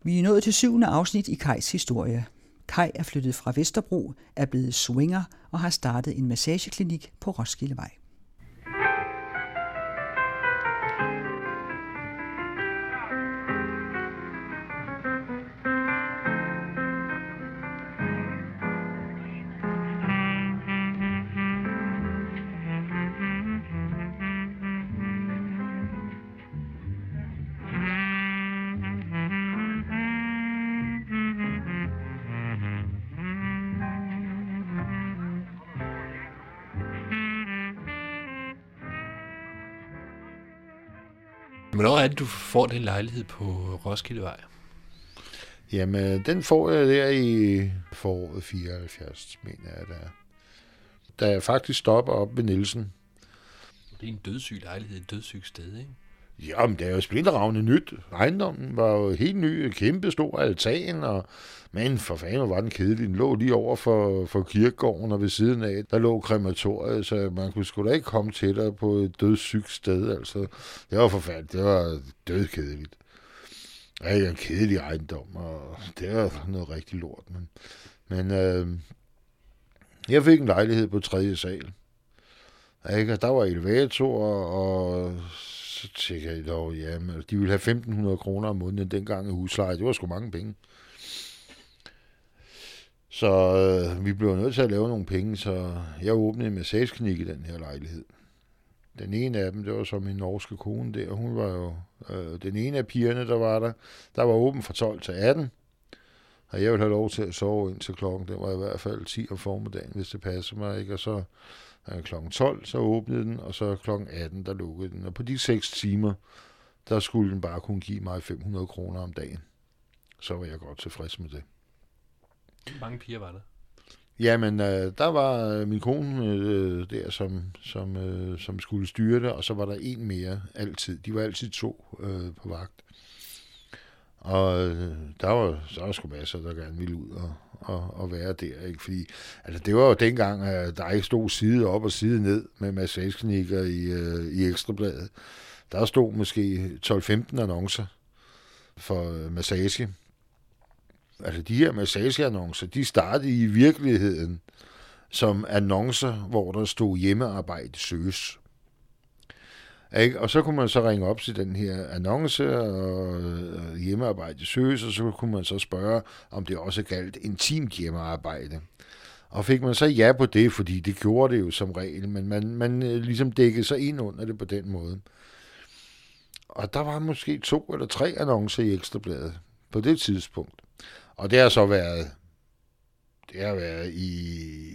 Vi er nået til 7. afsnit i Kajs historie. Kaj er flyttet fra Vesterbro, er blevet swinger og har startet en massageklinik på Roskildevej. Hvornår er det, du får den lejlighed på Roskildevej? Jamen, den får jeg der i foråret 74, mener jeg, der. Da jeg faktisk stopper op ved Nielsen. Det er en dødssyg lejlighed, et dødssygt sted, ikke? Jamen, det er jo splinterravne nyt. Ejendommen var jo helt ny, kæmpe stor altan, men for fanden, hvor var den kedelig. Den lå lige over for kirkegården, og ved siden af, der lå krematoriet, så man kunne sgu da ikke komme tættere på et dødssygt sted, altså. Det var forfærdeligt, det var dødkedeligt. Ikke en kedelig ejendom, og det var noget rigtig lort, men jeg fik en lejlighed på 3. sal. Ikke? Der var elevatorer, og så tænkte jeg dog, jamen, de ville have 1.500 kroner om måneden dengang i husleje. Det var sgu mange penge. Så vi blev nødt til at lave nogle penge, så jeg åbnede en massageklinik i den her lejlighed. Den ene af dem, det var så min norske kone der. Hun var jo den ene af pigerne, der var der. Der var åben fra 12 til 18. Og jeg ville have lov til at sove indtil klokken. Det var i hvert fald 10 om formiddagen, hvis det passer mig. Ikke? Og så klokken 12, så åbnede den, og så klokken 18, der lukkede den. Og på de 6 timer, der skulle den bare kunne give mig 500 kroner om dagen. Så var jeg godt tilfreds med det. Hvor mange piger var der? Jamen, der var min kone der, som skulle styre det, og så var der en mere altid. De var altid 2 på vagt. Og der var sgu masser, der gerne ville ud og være der, ikke? Fordi altså, det var jo dengang, at der ikke stod side op og side ned med massageklinikker i Ekstrabladet. Der stod måske 12-15 annoncer for massage. Altså de her massageannoncer, de startede i virkeligheden som annoncer, hvor der stod hjemmearbejde søges. Ikke? Og så kunne man så ringe op til den her annonce, og hjemmearbejde søges, og så kunne man så spørge, om det også galt intimt hjemmearbejde. Og fik man så ja på det, fordi det gjorde det jo som regel, men man ligesom dækkede sig ind under det på den måde. Og der var måske 2 eller 3 annoncer i Ekstrabladet på det tidspunkt. Og det har så været, i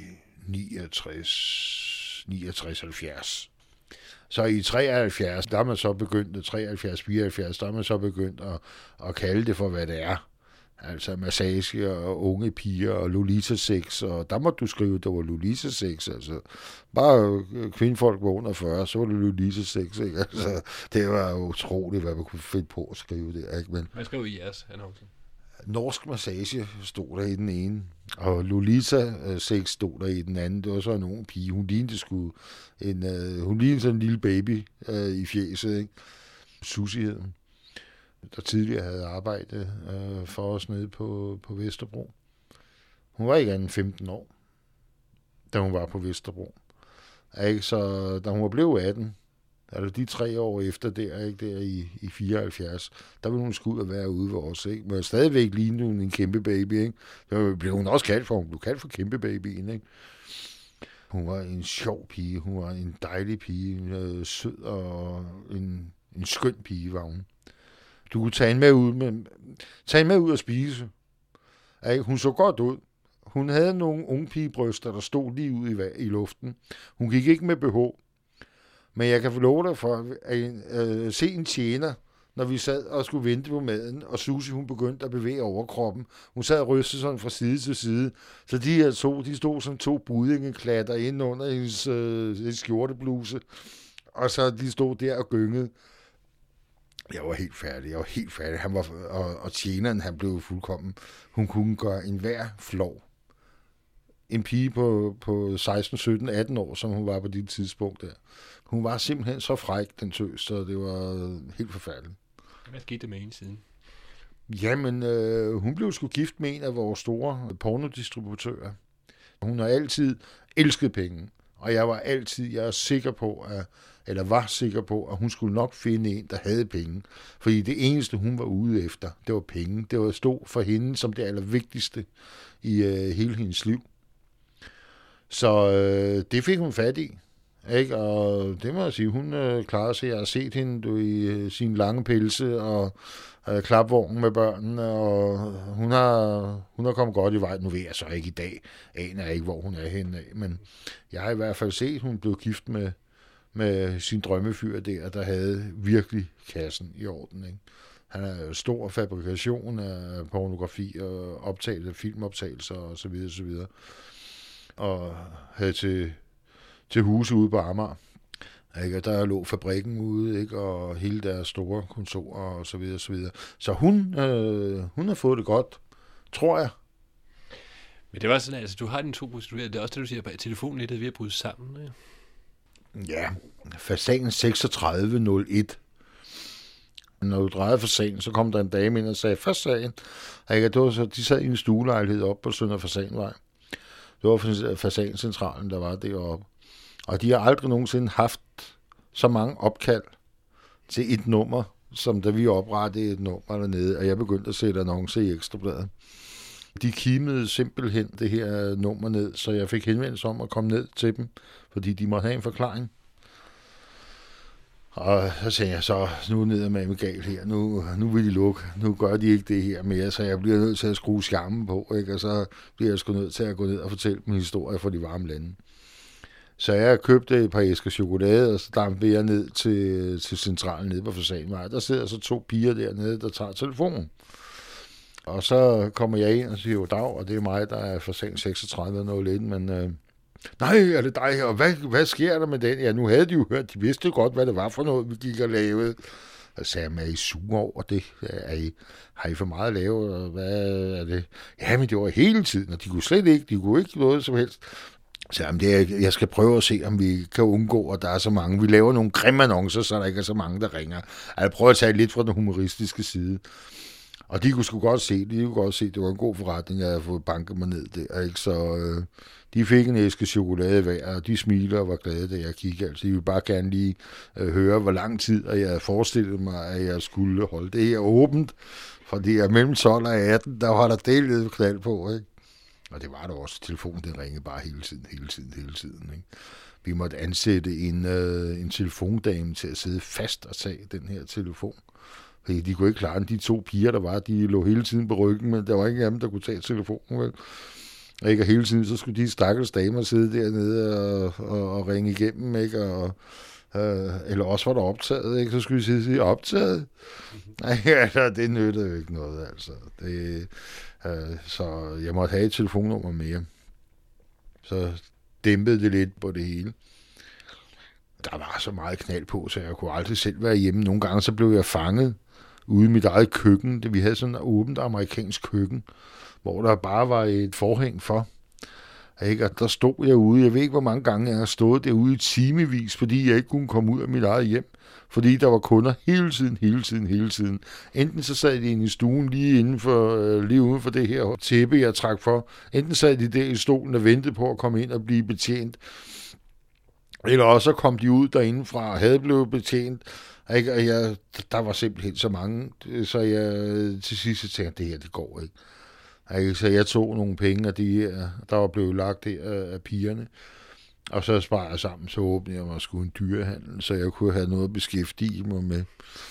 69-70. Så i 73, der er man så begyndt, 73-74, der er man så begyndt at kalde det for, hvad det er. Altså massage og unge piger og Lolita-sex, og der må du skrive, at det var Lolita-sex, altså. Bare kvindfolk var under 40, så var det Lolita-sex, ikke? Altså, det var utroligt, hvad man kunne finde på at skrive det, ikke? Men hvad skrev I jeres annonce? Norsk massage stod der i den ene, og Lolita-sex stod der i den anden. Det var så en ung pige. Hun lignede sådan en lille baby i fjeset, ikke? Susie hed hun, der tidligere havde arbejdet for os nede på Vesterbro. Hun var ikke anden 15 år, da hun var på Vesterbro. Ikke? Så da hun var blevet 18, altså de 3 år efter der, ikke, der i 74, der ville hun skulle ud og være ude ved os, ikke? Men stadigvæk lignede hun en kæmpe baby, ikke? Det blev hun også kaldt for, hun blev kaldt for kæmpe babyen, ikke? Hun var en sjov pige, hun var en dejlig pige, sød og en skøn pige var hun. Du kunne tage hende med ud og spise. Ikke? Hun så godt ud. Hun havde nogle unge pigebryster, der stod lige ud i luften. Hun gik ikke med BH. Men jeg kan få lov dig for at se en tjener, når vi sad og skulle vente på maden, og Susie, hun begyndte at bevæge overkroppen. Hun sad og rystede sådan fra side til side. Så de her 2, de stod som 2 buddingeklatter inde under hendes skjortebluse. Og så de stod der og gyngede. Jeg var helt færdig. Han var, og tjeneren, han blev fuldkommen. Hun kunne gøre enhver flov. En pige på 16, 17, 18 år, som hun var på det tidspunkt der. Hun var simpelthen så fræk, den tøs, så det var helt forfærdeligt. Hvad skete det med hende siden? Jamen, hun blev sgu gift med en af vores store pornodistributører. Hun har altid elsket penge, og jeg var sikker på, at hun skulle nok finde en, der havde penge. Fordi det eneste, hun var ude efter, det var penge. Det var stå for hende som det allervigtigste i hele hendes liv. Så det fik hun fat i. Ikke? Og det må jeg sige, hun klarede sig. Jeg har set hende i sin lange pelse og klapvognen med børnene, og hun har kommet godt i vej. Nu ved jeg så ikke i dag, aner jeg ikke, hvor hun er henne af, men jeg har i hvert fald set, hun blev gift med sin drømmefyr der havde virkelig kassen i orden. Ikke? Han er jo stor fabrikation af pornografi og filmoptagelser og så videre, så videre. Og havde til huse ude på Amager. Ikke? Der lå fabrikken ude, ikke? Og hele deres store kontorer og så videre, så videre. Så hun har fået det godt, tror jeg. Men det var sådan, altså du har dine 2 prostituerede, det er også det, du siger, at telefonnettet er ved at bryde sammen, ikke? Ja, fasan 3601. Når du drejede fasan, så kom der en dame ind og sagde, fasan. Ikke? Det var så, de sad i en stuelejlighed oppe på Sønder Fasanvej. Det var fasancentralen, der var deroppe. Og de har aldrig nogensinde haft så mange opkald til et nummer, som da vi oprettede et nummer dernede, og jeg begyndte at sætte annoncer i Ekstrabladet. De kimede simpelthen det her nummer ned, så jeg fik henvendelse om at komme ned til dem, fordi de måtte have en forklaring. Og så tænkte jeg så, nu er ned med galt her, nu vil de lukke, nu gør de ikke det her mere, så jeg bliver nødt til at skrue skærmen på, ikke? Og så bliver jeg sgu nødt til at gå ned og fortælle dem historier fra de varme lande. Så jeg købte et par æsker chokolade, og så dampede jeg ned til centralen nede på Fasanvej. Der sidder så 2 piger dernede, der tager telefonen. Og så kommer jeg ind og siger, dag, og det er mig, der er Fasan 3601, men nej, er det dig her? Og hvad sker der med den? Ja, nu havde de jo hørt, de vidste jo godt, hvad det var for noget, vi gik og lavede. Og så sagde jeg, er I sure over det? Har I for meget at lave? Og hvad er det? Jamen, det var hele tiden, og de kunne ikke noget som helst. Så jeg skal prøve at se, om vi kan undgå, at der er så mange. Vi laver nogle grimme annoncer, så der ikke er så mange, der ringer. Jeg prøver at tage lidt fra den humoristiske side. Og de kunne sgu godt se det. Det var en god forretning, jeg havde fået banket mig ned der. Ikke? Så de fik en æske chokolade hver, og de smiler og var glade, da jeg kiggede. Altså, de ville bare gerne lige høre, hvor lang tid, og jeg forestillede mig, at jeg skulle holde det her åbent. Fordi mellem 12 og 18, der var der delt knald på, ikke? Og det var der også. Telefonen, den ringede bare hele tiden. Ikke? Vi måtte ansætte en telefondame til at sidde fast og tage den her telefon. Fordi de kunne ikke klare den. De 2 piger, der var, de lå hele tiden på ryggen, men der var ingen af dem, der kunne tage telefonen, vel? Og ikke? Og hele tiden, så skulle de stakkels damer sidde dernede og ringe igennem, ikke? Og eller også var der optaget, ikke? Så skulle de sige, optaget? Nej, altså, det nyttede jo ikke noget, altså. Så jeg måtte have et telefonnummer mere. Så dæmpede det lidt på det hele. Der var så meget knald på, så jeg kunne aldrig selv være hjemme. Nogle gange så blev jeg fanget ude i mit eget køkken. Vi havde sådan et åbent amerikansk køkken, hvor der bare var et forhæng for. Ikke? Og der stod jeg ude. Jeg ved ikke, hvor mange gange jeg har stået derude i timevis, fordi jeg ikke kunne komme ud af mit eget hjem. Fordi der var kunder hele tiden. Enten så sad de inde i stuen lige uden for det her tæppe, jeg trak for. Enten sad de der i stolen og ventede på at komme ind og blive betjent. Eller også kom de ud derindefra og havde blevet betjent. Ikke? Og der var simpelthen så mange, så jeg til sidst tænkte, det her, det går ikke. Ikke? Så jeg tog nogle penge af de her, der var blevet lagt af pigerne. Og så sparede jeg sammen, så åbnede jeg mig sgu en dyrehandel, så jeg kunne have noget at beskæftige mig med.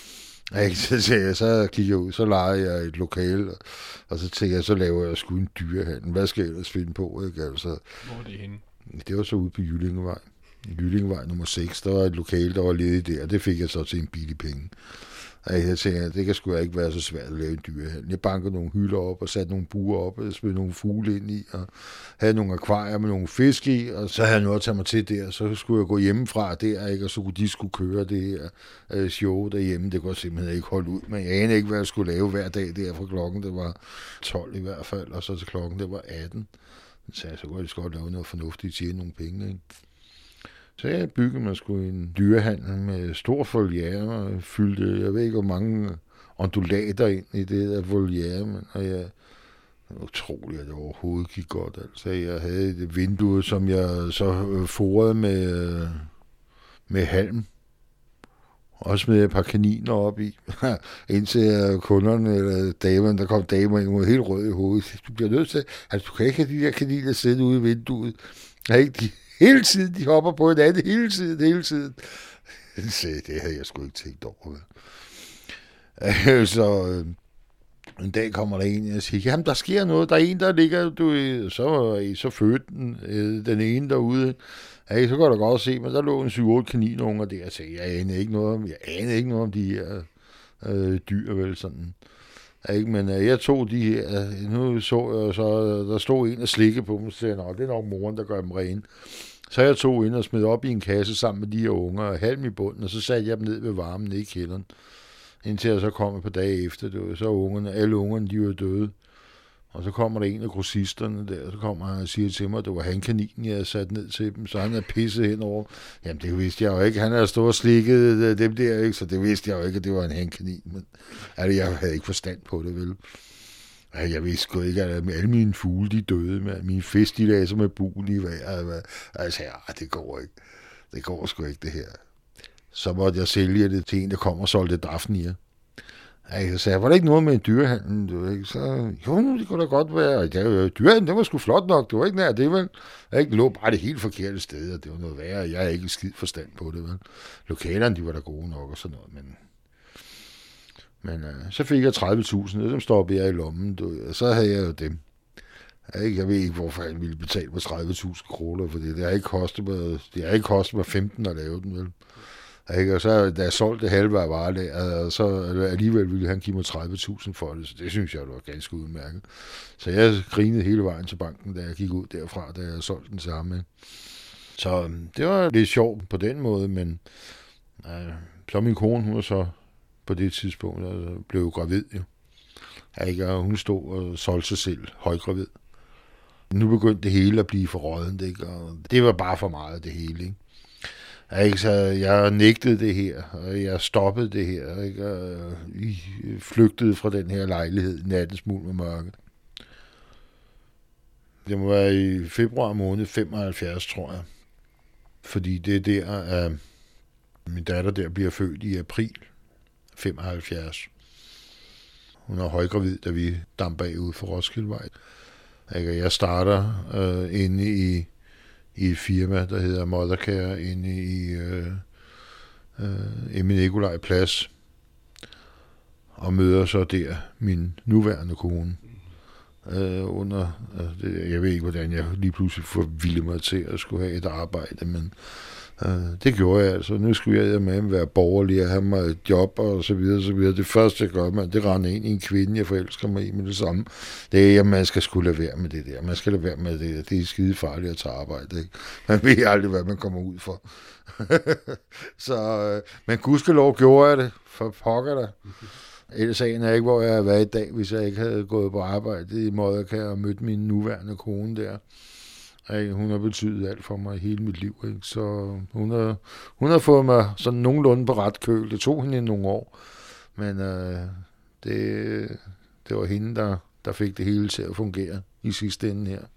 Så gik jeg ud, så lejede jeg et lokale, og så tænkte jeg, så laver jeg sgu en dyrehandel. Hvad skal jeg ellers finde på? Ikke? Altså, hvor er det henne? Det var så ude på Jyllingevej. Jyllingevej nummer 6, der var et lokale, der var ledigt der, og det fik jeg så til en billig penge. Og jeg tænkte, det kan sgu ikke være så svært at lave en dyrehandel. Jeg bankede nogle hylder op og satte nogle buer op og smed nogle fugle ind i, og havde nogle akvarier med nogle fisk i, og så havde jeg noget at tage mig til der, så skulle jeg gå hjemmefra der, ikke? Og så kunne de skulle køre det her show derhjemme. Det kunne jeg simpelthen ikke holde ud, men jeg anede ikke, hvad jeg skulle lave hver dag der fra klokken. Det var 12 i hvert fald, og så til klokken, det var 18. Så kunne jeg godt lave noget fornuftigt, tjene nogle penge, ikke? Så jeg byggede mig sgu en dyrehandel med stor foliere og fyldte, jeg ved ikke hvor mange undulater ind i det der voliere, men det var utroligt, at det overhovedet gik godt. Altså, jeg havde et vindue, som jeg så forede med halm. Også med et par kaniner op i, indtil kunderne eller damerne, der kom damer ind, helt rød i hovedet. Du bliver nødt til, altså du kan ikke have de der kaniner sidde ude i vinduet. Hele tiden, de hopper på hinanden, hele tiden. Så det havde jeg sgu ikke tænkt over. Så en dag kommer der en, og siger, jamen der sker noget, der er en, der ligger, så fødte den ene derude. Ja, så kan du godt se, men der lå en 7-8 kaninunger der, så jeg anede ikke noget om de her dyr, vel sådan. Ja, ikke? Men jeg tog de her, nu så jeg så, der stod en og slikkede på dem, så sagde jeg, det er nok moren, der gør dem rene. Så jeg tog ind og smed op i en kasse sammen med de her unger, og halm i bunden, og så satte jeg dem ned ved varmen nede i kælderen. Indtil jeg så kom et par dage efter, så alle ungerne, de var døde. Og så kommer der en af grossisterne der, og så kommer han og siger til mig, at det var hankaninen, jeg havde sat ned til dem, så han er pisset henover. Jamen, det vidste jeg jo ikke. Han havde stået og slikket dem der, ikke? Så det vidste jeg jo ikke, at det var en hankanin. Men altså, jeg havde ikke forstand på det, vel? Jeg vidste sgu ikke, at alle mine fugle, de døde, med mine fisk, de lagde sig med buen i vejret. Altså, det går ikke. Det går sgu ikke, det her. Så måtte jeg sælge det til en, der kom og solgte Daphnia. Jeg sagde, var der ikke noget med en dyrehandel? Så, jo, det kunne da godt være. Dyrehandel, det var sgu flot nok. Det var ikke nær det, vel? Det lå bare det helt forkerte sted, og det var noget værre. Jeg har ikke skid forstand på det, vel? Lokalerne, de var da gode nok og sådan noget, men så fik jeg 30.000, og dem stoppede jeg i lommen, og så havde jeg jo dem. Jeg ved ikke, hvorfor han ville betale mig 30.000 kroner, for det har ikke kostet mig 15 at lave den, vel? Og så da jeg solgte det halve af varer, så alligevel ville han give mig 30.000 for det, så det synes jeg, det var ganske udmærket. Så jeg grinede hele vejen til banken, da jeg gik ud derfra, da jeg solgte den samme. Så det var lidt sjovt på den måde, men så min kone, hun var så på det tidspunkt, blev gravid jo. Og hun stod og solgte sig selv højgravid. Nu begyndte det hele at blive for råddent, ikke? Og det var bare for meget det hele, ikke? Så jeg nægtede det her, og jeg stoppede det her, ikke? Og flygtede fra den her lejlighed i nattens mulm og mørke. Det må være i februar måned 75, tror jeg. Fordi det er der, at min datter der bliver født i april 75. Hun er højgravid, da vi damper af ude for Roskildevej. Jeg starter inde i et firma, der hedder Mothercare, inde i Emil Nikolaj Plads, og møder så der min nuværende kone. Jeg ved ikke, hvordan jeg lige pludselig forvilde mig til at skulle have et arbejde, men det gjorde jeg altså. Nu skulle jeg med at være borgerlig og have mig et job og så videre, så videre. Det første, jeg gør, det render ind i en kvinde, jeg forelsker mig i med det samme. Det er, at man skal sgu lade være med det der. Man skal lade være med det der. Det er skide farligt at tage arbejde, ikke? Man ved aldrig, hvad man kommer ud for. Men gudskelov gjorde jeg det. For pokker der. Ellers aner jeg ikke, hvor jeg havde været i dag, hvis jeg ikke havde gået på arbejde i Mothercare og mødt min nuværende kone der. Hun har betydet alt for mig hele mit liv, ikke? Så hun har fået mig sådan nogenlunde på ret køl. Det tog hende nogle år, men det var hende, der fik det hele til at fungere i sidste ende her.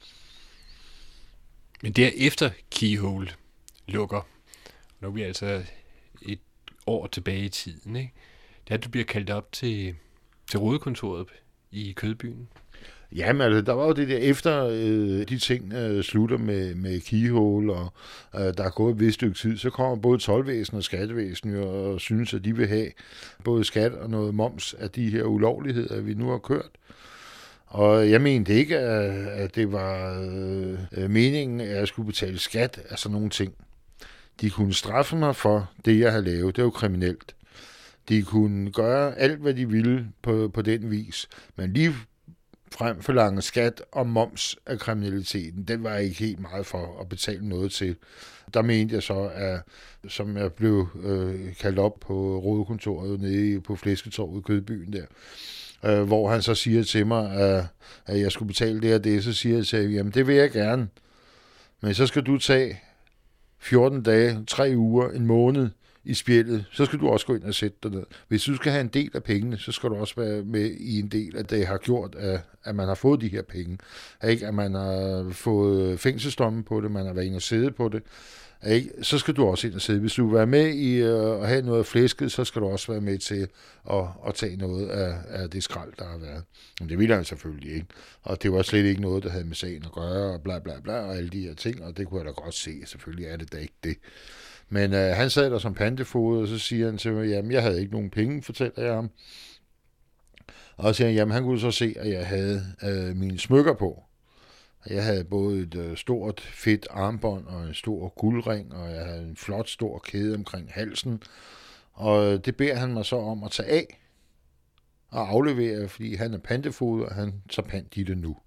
Men derefter Keyhole lukker, nu er vi altså et år tilbage i tiden, ikke? Det er, at du bliver kaldt op til rådekontoret i Kødbyen. Jamen, altså, der var jo det der, efter de ting slutter med Keyhole, og der er gået et vist stykke tid, så kommer både toldvæsen og skattevæsen og synes, at de vil have både skat og noget moms af de her ulovligheder, vi nu har kørt. Og jeg mente ikke, at det var meningen, at jeg skulle betale skat af sådan nogle ting. De kunne straffe mig for det, jeg havde lavet. Det var jo kriminelt. De kunne gøre alt, hvad de ville på den vis, men lige frem forlange skat og moms af kriminaliteten, den var jeg ikke helt meget for at betale noget til. Der mente jeg så, at som jeg blev kaldt op på rådekontoret nede på Flæsketorvet i Kødbyen der, hvor han så siger til mig, at jeg skulle betale det og det, så siger jeg til ham, jamen det vil jeg gerne, men så skal du tage 14 dage, 3 uger, en måned i spjældet, så skal du også gå ind og sætte dig ned. Hvis du skal have en del af pengene, så skal du også være med i en del af det, har gjort, at man har fået de her penge. Ikke? At man har fået fængselsdomme på det, man har været inde og sidde på det. Ikke? Så skal du også ind og sidde. Hvis du vil være med i at have noget flæsket, så skal du også være med til at tage noget af det skrald, der har været. Men det ville han selvfølgelig ikke. Og det var slet ikke noget, der havde med sagen at gøre, og bla bla bla, og alle de her ting, og det kunne jeg da godt se. Selvfølgelig er det da ikke det. Men han sad der som pantefod, og så siger han til mig, jamen jeg havde ikke nogen penge, fortæller jeg ham. Og så siger han, jamen han kunne så se, at jeg havde mine smykker på. Jeg havde både et stort, fedt armbånd og en stor guldring, og jeg havde en flot, stor kæde omkring halsen. Og det beder han mig så om at tage af og aflevere, fordi han er pantefod, og han tager pant i det nu.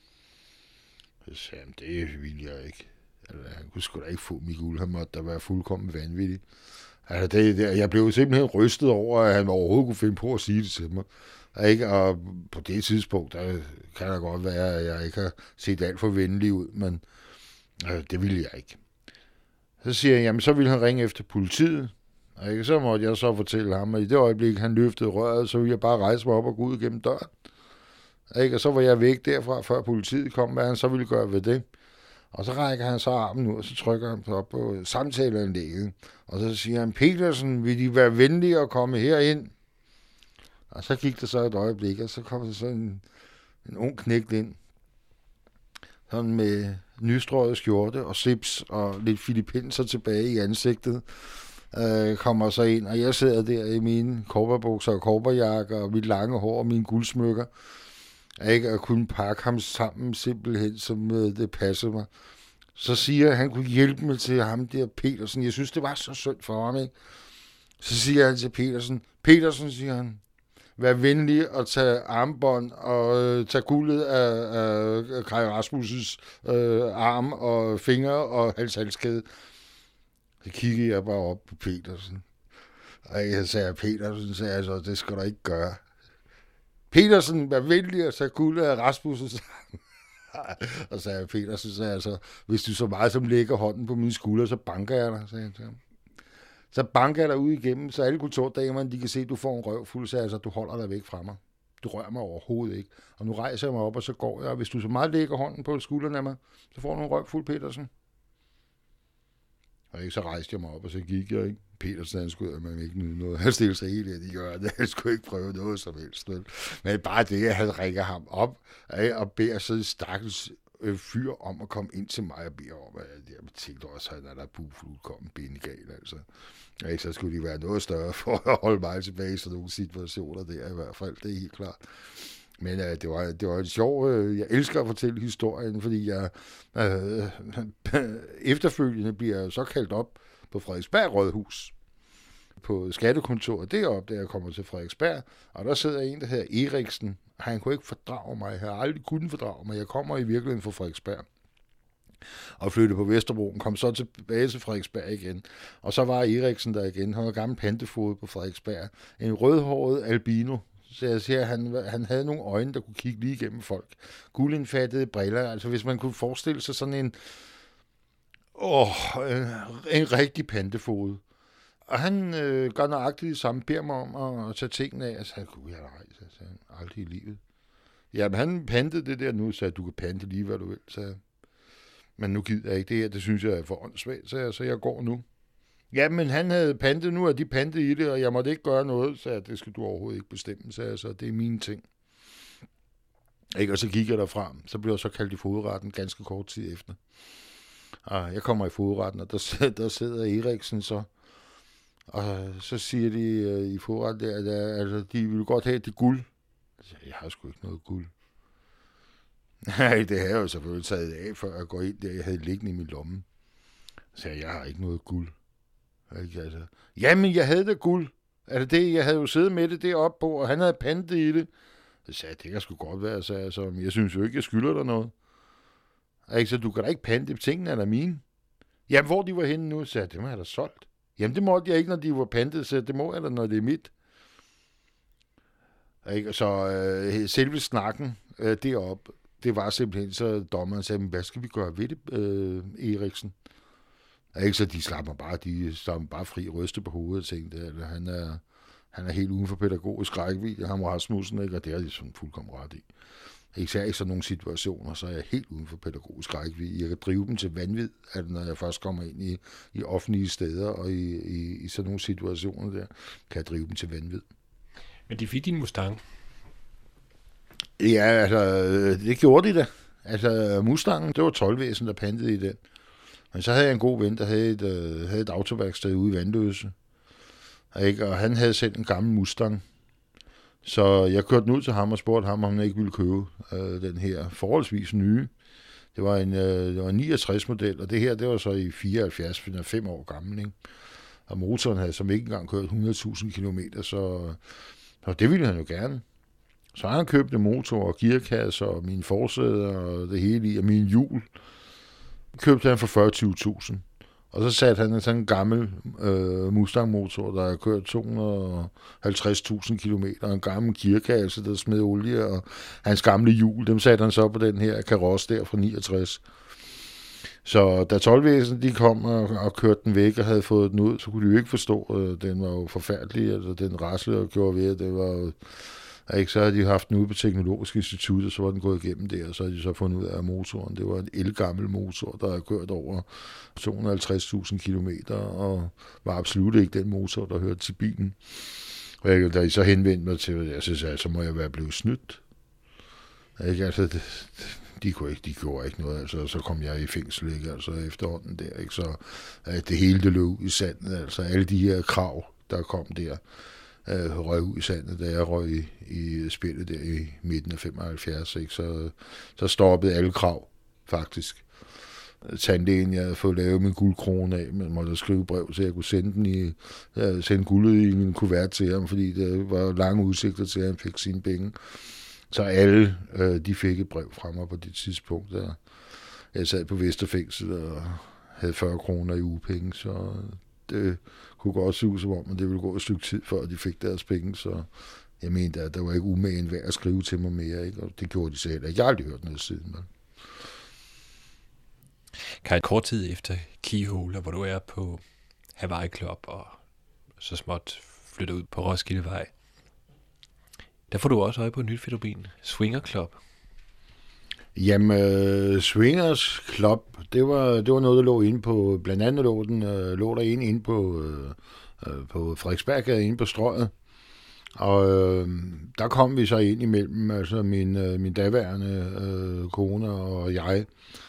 Så sagde han, det vil jeg ikke. Han kunne sgu da ikke få mit guld, han måtte da være fuldkommen vanvittig. Altså jeg blev simpelthen rystet over, at han overhovedet kunne finde på at sige det til mig. Ikke? Og på det tidspunkt, der kan det godt være, at jeg ikke har set alt for venlig ud, men det ville jeg ikke. Så siger jeg, jamen så ville han ringe efter politiet, ikke? Så måtte jeg så fortælle ham, at i det øjeblik, han løftede røret, så ville jeg bare rejse mig op og gå ud gennem døren. Ikke? Og så var jeg væk derfra, før politiet kom, hvad han så ville gøre ved det. Og så rækker han så armen ud, og så trykker han op på samtaleanlægget. Og så siger han, Petersen, vil de være venlige at komme herind? Og så gik der så et øjeblik, og så kom der så en ung knægt ind. Sådan med nystrøget skjorte og slips og lidt filipinser tilbage i ansigtet. Kommer så ind, og jeg sidder der i mine korperbukser og korperjakker og mit lange hår og mine guldsmykker. Ikke at kunne pakke ham sammen simpelthen, som det passede mig. Så siger han kunne hjælpe mig til ham der Petersen. Jeg synes, det var så synd for ham, ikke? Så siger han til Petersen, siger han, vær venlig at tage armbånd og tage guldet af Kaj Rasmussens arm og fingre og halskæde. Så kiggede jeg bare op på Petersen. Og jeg sagde, Petersen sagde altså, det skal du ikke gøre. Petersen, vær venlig at tage guldet af Rasmussens arm. Og sagde Petersen, sagde altså, hvis du så meget som lægger hånden på mine skuldre, så banker jeg dig, sagde han til ham. Så banker jeg dig ud igennem, så alle kontordamerne, de kan se, at du får en røvfuld, så altså, du holder dig væk fra mig. Du rører mig overhovedet ikke. Og nu rejser jeg mig op, og så går jeg, og hvis du så meget lægger hånden på skuldrene af mig, så får du en røvfuld, Petersen. Og så rejste jeg mig op, og så gik jeg, ikke? Petersen, han skulle man ikke nyde noget. Han stillede sig helt ind i hjørnet. Han skulle ikke prøve noget som helst. Men bare det, at han ringer ham op, og beder sådan en stakkels fyr om at komme ind til mig og beder om, at jeg tænkte også, at han er der fuldkommen bengal, altså. Ja, så skulle de være noget større for at holde mig tilbage i sådan nogle situationer der i hvert fald, det er helt klart. Men det var en sjov, jeg elsker at fortælle historien, fordi jeg efterfølgende bliver så kaldt op på Frederiksberg Rådhus, på skattekontoret deroppe, da jeg kommer til Frederiksberg, og der sidder en, der hedder Eriksen. Han kunne ikke fordrage mig, jeg har aldrig kunnet fordrage mig, jeg kommer i virkeligheden fra Frederiksberg og flyttede på Vesterbroen, kom så tilbage til Frederiksberg igen, og så var Eriksen der igen, han var gammel pantefod på Frederiksberg, en rødhåret albino. Så jeg siger, han havde nogle øjne, der kunne kigge lige igennem folk. Guldindfattede briller. Altså hvis man kunne forestille sig sådan en rigtig pantefod. Og han gør nøjagtigt det samme, beder mig om at tage tingene af. Og så gud, jeg rejser, sagde han, aldrig i livet. Jamen han pantede det der nu, så du kan pante lige, hvad du vil, sagde han. Men nu gider jeg ikke det her, det synes jeg er for åndssvagt, så jeg går nu. Jamen, han havde pantet, nu er de pantet i det, og jeg måtte ikke gøre noget, så det skal du overhovedet ikke bestemme, så det er mine ting. Ikke? Og så gik jeg derfra, så blev jeg så kaldt i fogedretten ganske kort tid efter. Og jeg kommer i fogedretten, og der sidder Eriksen så, og så siger de i fogedretten der, at altså, de ville godt have det guld. Jeg har sgu ikke noget guld. Nej, det har jeg jo selvfølgelig taget af, før jeg går ind der, jeg havde liggende i min lomme. Så jeg har ikke noget guld. Ikke, altså. Jamen, jeg havde det guld. Altså det, jeg havde jo siddet med det deroppe på, og han havde pantet i det. Så sagde jeg, det kan sgu godt være, sagde jeg så. Men jeg synes jo ikke, jeg skylder dig noget. Ikke, så du kan da ikke pante, tingene er der mine. Jamen, hvor de var henne nu, sagde jeg, det må jeg da solgt. Jamen, det måtte jeg ikke, når de var pantet, så det må jeg da, når det er mit. Ikke, så selve snakken deroppe, det var simpelthen, så dommeren sagde, hvad skal vi gøre ved det, Eriksen? Ikke så de slapper bare fri ryste på hovedet og tænkte, at han er helt uden for pædagogisk rækkevidde, ham Rasmussen, ikke? Og det er de sådan fuldkommen ret i. Især i sådan nogle situationer, så er jeg helt uden for pædagogisk rækkevidde. Jeg kan drive dem til vanvid, at når jeg først kommer ind i offentlige steder og i sådan nogle situationer der, kan jeg drive dem til vanvid. Men de fik din Mustang. Ja, altså, det gjorde de da. Altså, Mustangen, det var toldvæsen, der pantede i den. Men så havde jeg en god ven, der havde et autoværksted ude i Vandløse. Og han havde selv en gammel Mustang. Så jeg kørte den ud til ham og spurgte ham, om han ikke ville købe den her forholdsvis nye. Det var en 69-model, og det her, det var så i 74, for den er 5 år gammel, ikke? Og motoren havde som ikke engang kørt 100.000 kilometer, så det ville han jo gerne. Så han købte motor og gearkasse og mine forsæder og det hele i, og mine hjul købte han for 40-20.000. Og så satte han sådan en gammel Mustang-motor, der har kørt 250.000 kilometer, en gammel gearkasse, der smed olie, og hans gamle hjul, dem satte han så på den her karos der fra 69. Så da toldvæsenet de kom og kørte den væk og havde fået den ud, så kunne de jo ikke forstå, at den var jo forfærdelig, altså den raslede og gjorde ved, at det var ikke, så havde de haft den ude på Teknologisk Institut, og så var den gået igennem der, og så havde de så fundet ud af, at motoren, det var en elgammel motor, der havde kørt over 250.000 kilometer, og var absolut ikke den motor, der hørte til bilen. Og da I så henvendte mig til, jeg synes, så må jeg være blevet snydt. Ikke? Altså, de gjorde ikke noget, altså, så kom jeg i fængsel, ikke? Altså, efterhånden der, ikke? Så det hele det løb i sandet, altså alle de her krav, der kom der, røg ud i sandet, da jeg røg i spillet der i midten af 75, ikke? Så stoppede alle krav, faktisk. Tandlægen, jeg havde fået lavet min guldkrone af, men måtte skrive brev, så jeg kunne sende guldet i en kuvert til ham, fordi det var lange udsigter til, at han fik sine penge. Så alle, de fik et brev fra mig på det tidspunkt, der jeg sad på Vesterfængsel og havde 40 kroner i ugepenge, så det kunne godt se ud som om, at det ville gå et stykke tid, før de fik deres penge, så jeg mente, at der var ikke umagen værd at skrive til mig mere, ikke? Og det gjorde de selv. Jeg har aldrig hørt noget siden. Men. Kai, kort tid efter Keyhole, hvor du er på Hawaii Club og så småt flytter ud på Roskildevej, der får du også øje på et nyt fænomen, Swinger Club. Jamen, Swingers Club, det var noget, der lå inde på, blandt andet lå der inde på Frederiksberggade, inde på Strøget. Og der kom vi så ind imellem, altså min daværende kone og jeg,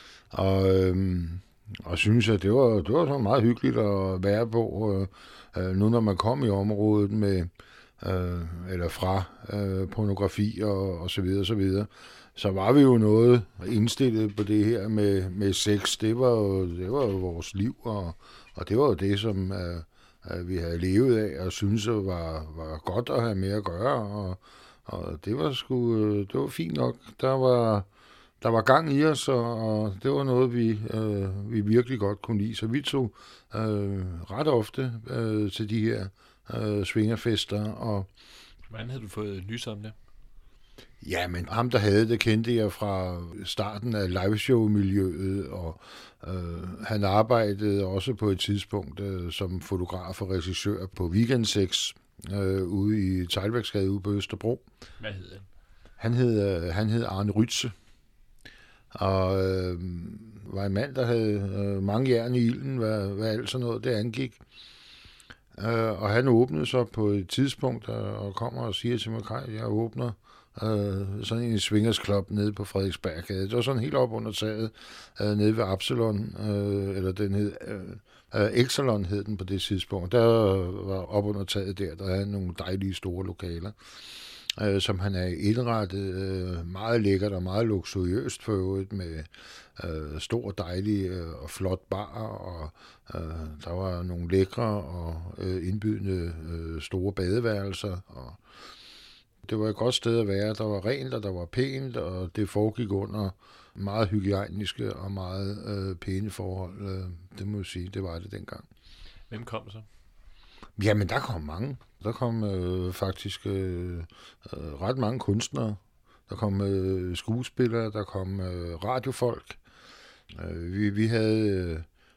og synes, at det var så meget hyggeligt at være på, nu når man kom i området med, eller fra pornografi og så videre, så videre. Så var vi jo noget indstillet på det her med sex. Det var jo vores liv, og det var jo det, som vi havde levet af, og syntes var godt at have med at gøre, og det var fint nok. Der var gang i os, og det var noget, vi virkelig godt kunne lide. Så vi tog ret ofte til de her swingerfester. Og hvordan havde du fået nys om det? Ja, men ham, der havde det, kendte jeg fra starten af liveshow-miljøet, og han arbejdede også på et tidspunkt som fotograf og regissør på Weekendsex ude i Teglværksgade ude på Østerbro. Hvad hed han? Han hed Arne Rytze, og var en mand, der havde mange jern i ilden, hvad alt sådan noget det angik. Og han åbnede så på et tidspunkt og kommer og siger til mig, Kai, jeg åbner sådan en swingers club nede på Frederiksberggade. Det var sådan helt op under taget nede ved Absalon, eller den hed Exelon hed den på det tidspunkt. Der var op under taget der havde nogle dejlige store lokaler, som han er indrettet meget lækkert og meget luksuriøst for øvrigt, med stor, dejlig og flot bar, og der var nogle lækre og indbydende store badeværelser, og det var et godt sted at være. Der var rent, og der var pænt, og det foregik under meget hygiejniske og meget pæne forhold. Det må jeg sige, det var det dengang. Hvem kom så? Jamen, der kom mange. Der kom faktisk ret mange kunstnere. Der kom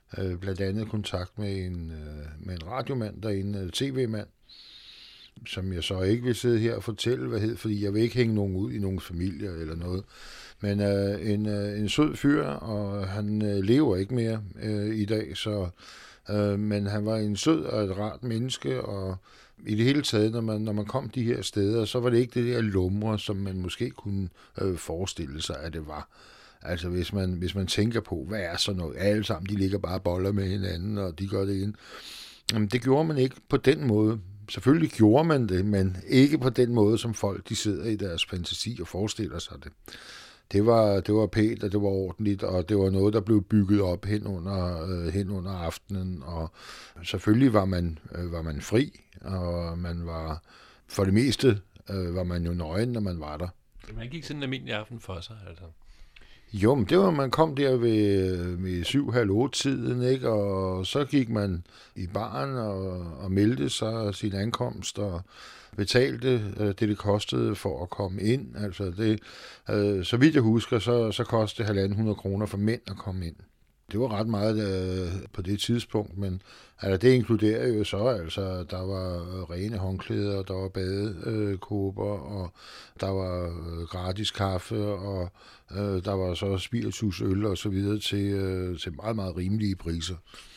blandt andet kontakt med en radiomand derinde, tv-mand, som jeg så ikke vil sidde her og fortælle, hvad hed, fordi jeg vil ikke hænge nogen ud i nogen familier eller noget. Men en sød fyr, og han lever ikke mere i dag, så men han var en sød og et rart menneske, og i det hele taget, når man kom de her steder, så var det ikke det der lumre, som man måske kunne forestille sig, at det var. Altså hvis man tænker på, hvad er så noget? Alle sammen, de ligger bare og boller med hinanden, og de gør det ind. Jamen, det gjorde man ikke på den måde. Selvfølgelig gjorde man det, men ikke på den måde, som folk de sidder i deres fantasi og forestiller sig det. Det var pænt, og det var ordentligt, og det var noget, der blev bygget op hen under aftenen, og selvfølgelig var man fri, og man var, for det meste var man jo nøgen, når man var der. Man gik sådan en almindelig aften for sig, altså? Jo, men det var, man kom der ved 7-8-tiden, ikke? Og så gik man i baren og meldte sig sin ankomst og betalte det kostede for at komme ind. Altså det, så vidt jeg husker, så kostede det 1.500 kroner for mænd at komme ind. Det var ret meget på det tidspunkt, men altså, det inkluderer jo så, altså der var rene håndklæder, der var badekåber, og der var gratis kaffe, og der var så spiritus, øl og så videre til meget, meget rimelige priser.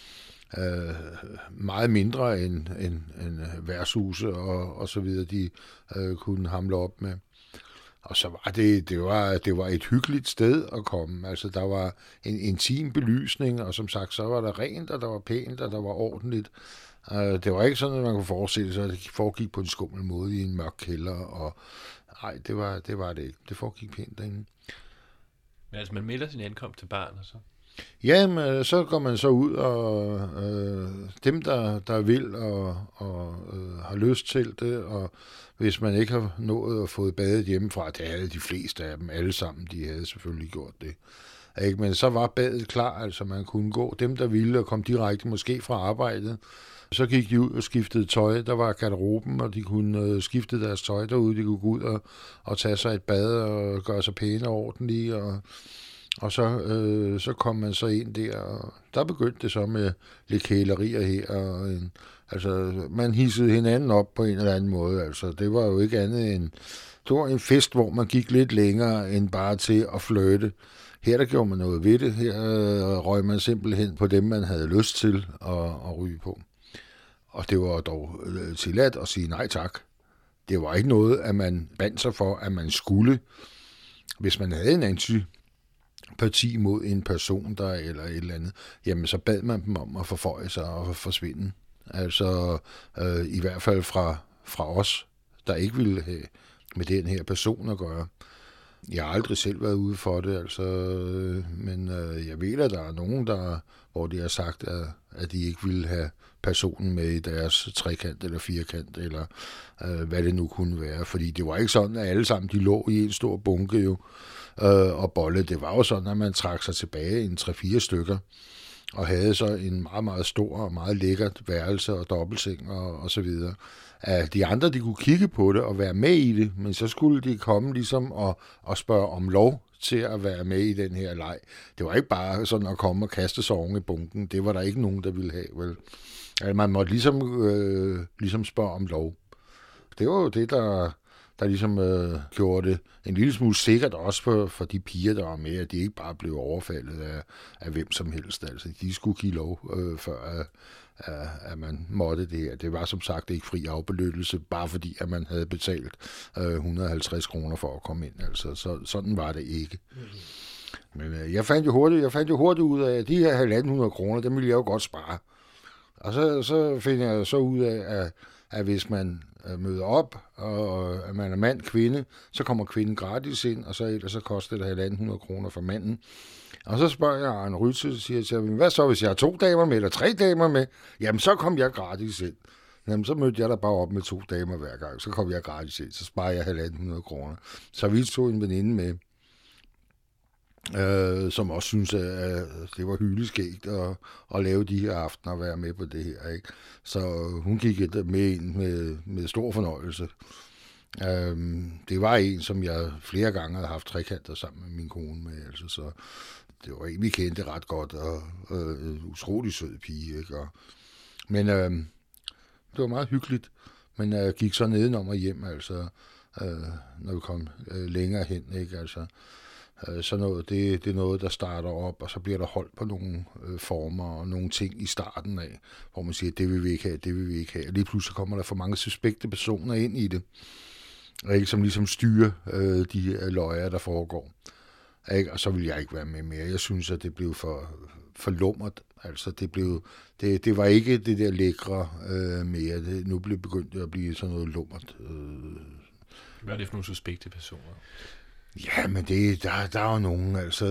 Meget mindre end værtshuse og så videre, de kunne hamle op med. Og så var det var et hyggeligt sted at komme. Altså, der var en intim belysning, og som sagt, så var der rent, og der var pænt, og der var ordentligt. Det var ikke sådan, at man kunne forestille sig, at det foregik på en skummel måde i en mørk kælder. Og nej, det var det ikke. Det foregik pænt derinde. Men altså, man melder sin ankomst til barn, og så? Ja, men så går man så ud, og dem, der vil og har lyst til det, og hvis man ikke har nået at få badet hjemmefra, det havde de fleste af dem, alle sammen, de havde selvfølgelig gjort det. Ikke? Men så var badet klar, altså man kunne gå, dem der ville og kom direkte måske fra arbejdet, så gik de ud og skiftede tøj, der var garderoben, og de kunne skifte deres tøj derude, de kunne gå ud og tage sig et bad og gøre sig pæne og ordentlige, og så kom man så ind der, og der begyndte det så med lidt kælerier her, og altså man hissede hinanden op på en eller anden måde, altså det var jo ikke andet end, det var en fest, hvor man gik lidt længere end bare til at flirte. Her der gjorde man noget ved det, her røg man simpelthen på dem, man havde lyst til at ryge på. Og det var dog tilladt at sige nej tak. Det var ikke noget, at man bandt sig for, at man skulle, hvis man havde en antiparti mod en person der eller et eller andet, jamen så bad man dem om at forføje sig og forsvinde. Altså i hvert fald fra os, der ikke ville have med den her person at gøre. Jeg har aldrig selv været ude for det, altså, men jeg ved, at der er nogen, hvor de har sagt, at de ikke ville have personen med i deres trekant eller firkant, eller hvad det nu kunne være. Fordi det var ikke sådan, at alle sammen de lå i en stor bunke jo, og bolle. Det var jo sådan, at man trak sig tilbage i 3-4 stykker, og havde så en meget, meget stor og meget lækkert værelse og dobbeltseng og så videre. At de andre, de kunne kigge på det og være med i det, men så skulle de komme ligesom og spørge om lov til at være med i den her leg. Det var ikke bare sådan at komme og kaste sig oven i bunken. Det var der ikke nogen, der ville have, vel? Altså, man måtte ligesom spørge om lov. Det var jo det, der ligesom gjorde det en lille smule sikkert også for de piger, der var med, at de ikke bare blev overfaldet af hvem som helst. Altså, de skulle give lov, før at man måtte det her. Det var som sagt ikke fri afbenyttelse, bare fordi at man havde betalt 150 kroner for at komme ind. Altså, sådan var det ikke. Men jeg fandt jo hurtigt ud af, at de her 1.500 kroner, dem ville jeg jo godt spare. Og så finder jeg så ud af, at hvis man møder op, og at man er mand, kvinde, så kommer kvinden gratis ind, og så koster det 1.500 kroner for manden. Og så spørger jeg Arne Rytze, og siger til ham, hvad så, hvis jeg har 2 damer med, eller 3 damer med? Jamen, så kom jeg gratis ind. Jamen, så mødte jeg da bare op med 2 damer hver gang, så kom jeg gratis ind, så sparer jeg 1.500 kroner. Så vi tog en veninde med, som også synes, at det var hyldeskægt at lave de her aftener og være med på det her, ikke? Så hun gik med ind med stor fornøjelse. Det var en, som jeg flere gange havde haft trekanter sammen med min kone med, altså, så det var en, vi kendte ret godt, og en utrolig sød pige, ikke? Men det var meget hyggeligt, men jeg gik så nedenom og hjem, altså, når vi kom længere hen, ikke? Altså, så noget, det er noget, der starter op, og så bliver der holdt på nogle former og nogle ting i starten af, hvor man siger, det vil vi ikke have, det vil vi ikke have. Og lige pludselig kommer der for mange suspekte personer ind i det, ikke? Som ligesom styrer de løjer, der foregår. Ikke? Og så vil jeg ikke være med mere. Jeg synes, at det blev for lummert. Altså, det var ikke det der lækre mere. Nu blev begyndt at blive sådan noget lummert. Hvad er det for nogle suspekte personer? Ja, men der er jo nogen, altså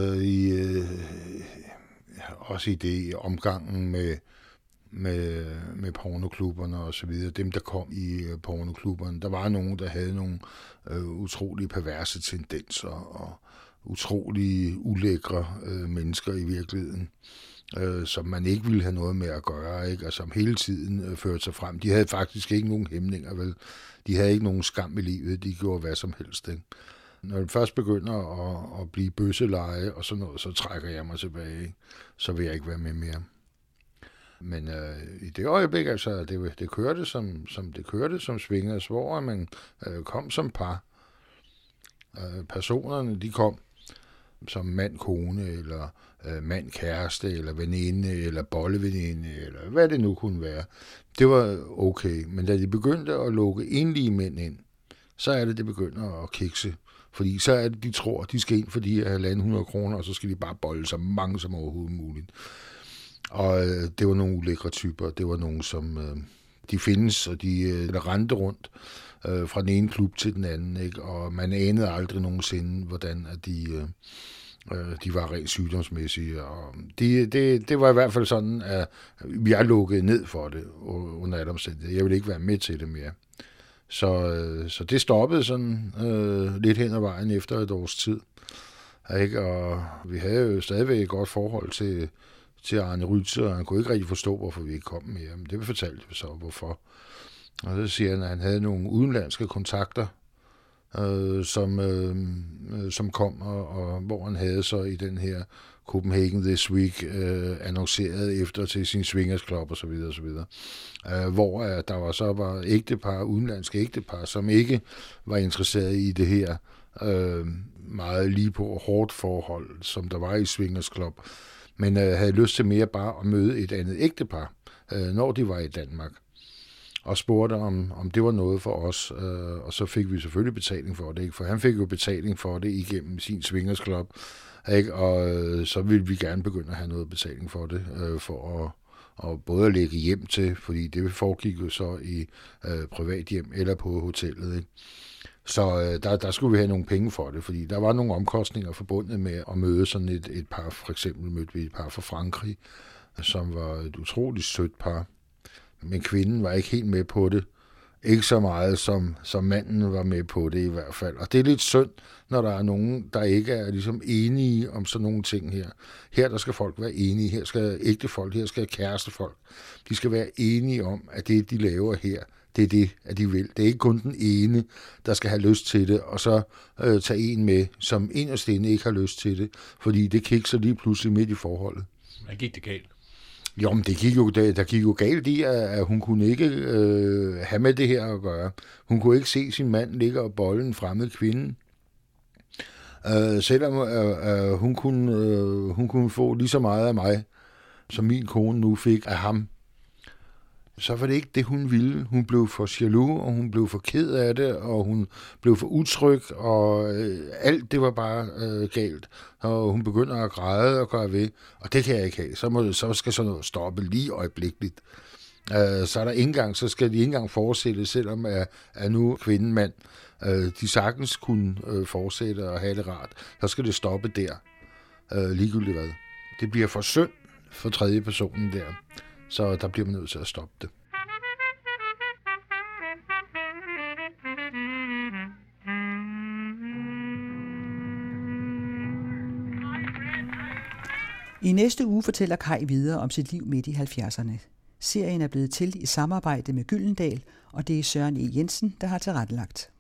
også i det omgangen med pornoklubberne og så videre. Dem, der kom i pornoklubberne, der var nogen, der havde nogle utrolige perverse tendenser og utrolig ulækre mennesker i virkeligheden, som man ikke ville have noget med at gøre, ikke? Og som hele tiden førte sig frem. De havde faktisk ikke nogen hæmninger, vel? De havde ikke nogen skam i livet, de gjorde hvad som helst, ikke? Når det først begynder at blive bøsseleje og sådan noget, så trækker jeg mig tilbage, ikke? Så vil jeg ikke være med mere. Men i det øjeblik, altså, det kørte som det kørte som swingers, hvor man kom som par. Personerne, de kom som mand-kone, eller mand-kæreste, eller veninde, eller bolleveninde, eller hvad det nu kunne være. Det var okay, men da de begyndte at lukke enlige mænd ind, så er det begynder at kikse. Fordi så er det, de tror, de skal ind for de her 1.500 kroner, og så skal de bare bolle så mange som overhovedet muligt. Og det var nogle ulækre typer, det var nogle, som de findes, og de rendte rundt fra den ene klub til den anden, ikke? Og man anede aldrig nogensinde, hvordan at de var rent sygdomsmæssige. Og det var i hvert fald sådan, at jeg lukkede ned for det under alle omstændigheder. Jeg ville ikke være med til det mere. Så det stoppede sådan lidt hen ad vejen efter et års tid. Ikke? Og vi havde jo stadigvæk et godt forhold til Arne Rytze, og han kunne ikke rigtig forstå, hvorfor vi ikke kom mere. Men det fortalte vi så, hvorfor. Og så siger han, at han havde nogle udenlandske kontakter, som kom, og hvor han havde så i den her Copenhagen This Week annonceret efter til sin swingersklub og så videre, og så videre. Hvor der var ægtepar, udenlandske ægtepar, som ikke var interesseret i det her meget lige på hårdt forhold, som der var i swingersklub, men havde lyst til mere bare at møde et andet ægtepar, når de var i Danmark. Og spurgte, om det var noget for os, og så fik vi selvfølgelig betaling for det, ikke? For han fik jo betaling for det igennem sin swingersklub, ikke? Og så ville vi gerne begynde at have noget betaling for det, for at både at lægge hjem til, fordi det foregik jo så i privat hjem eller på hotellet, ikke? Så der skulle vi have nogle penge for det, fordi der var nogle omkostninger forbundet med at møde sådan et par. For eksempel mødte vi et par fra Frankrig, som var et utroligt sødt par. Men kvinden var ikke helt med på det. Ikke så meget, som manden var med på det i hvert fald. Og det er lidt synd, når der er nogen, der ikke er ligesom enige om sådan nogle ting her. Her der skal folk være enige. Her skal ægtefolk, her skal kærestefolk. De skal være enige om, at det, de laver her, det er det, at de vil. Det er ikke kun den ene, der skal have lyst til det, og så tage en med, som inderst inde ikke har lyst til det. Fordi det kikser lige pludselig midt i forholdet. Hvad gik det galt? Jo, men der gik jo galt i, at hun kunne ikke have med det her at gøre. Hun kunne ikke se sin mand ligge og bolle en fremmed kvinde. Selvom hun kunne få lige så meget af mig, som min kone nu fik af ham, så var det ikke det, hun ville. Hun blev for jaloux, og hun blev for ked af det, og hun blev for utryg, og alt det var bare galt. Og hun begynder at græde og gøre ved, og det kan jeg ikke have. Så skal sådan noget stoppe lige øjeblikkeligt. Så er der ikke engang, så skal de ikke engang fortsætte, selvom at nu kvinden mand, de sagtens kunne fortsætte og have det rart. Så skal det stoppe der, ligegyldigt hvad. Det bliver for synd for tredje personen der. Så der bliver man nødt til at stoppe det. I næste uge fortæller Kaj videre om sit liv midt i 70'erne. Serien er blevet til i samarbejde med Gyldendal, og det er Søren E. Jensen, der har tilrettelagt.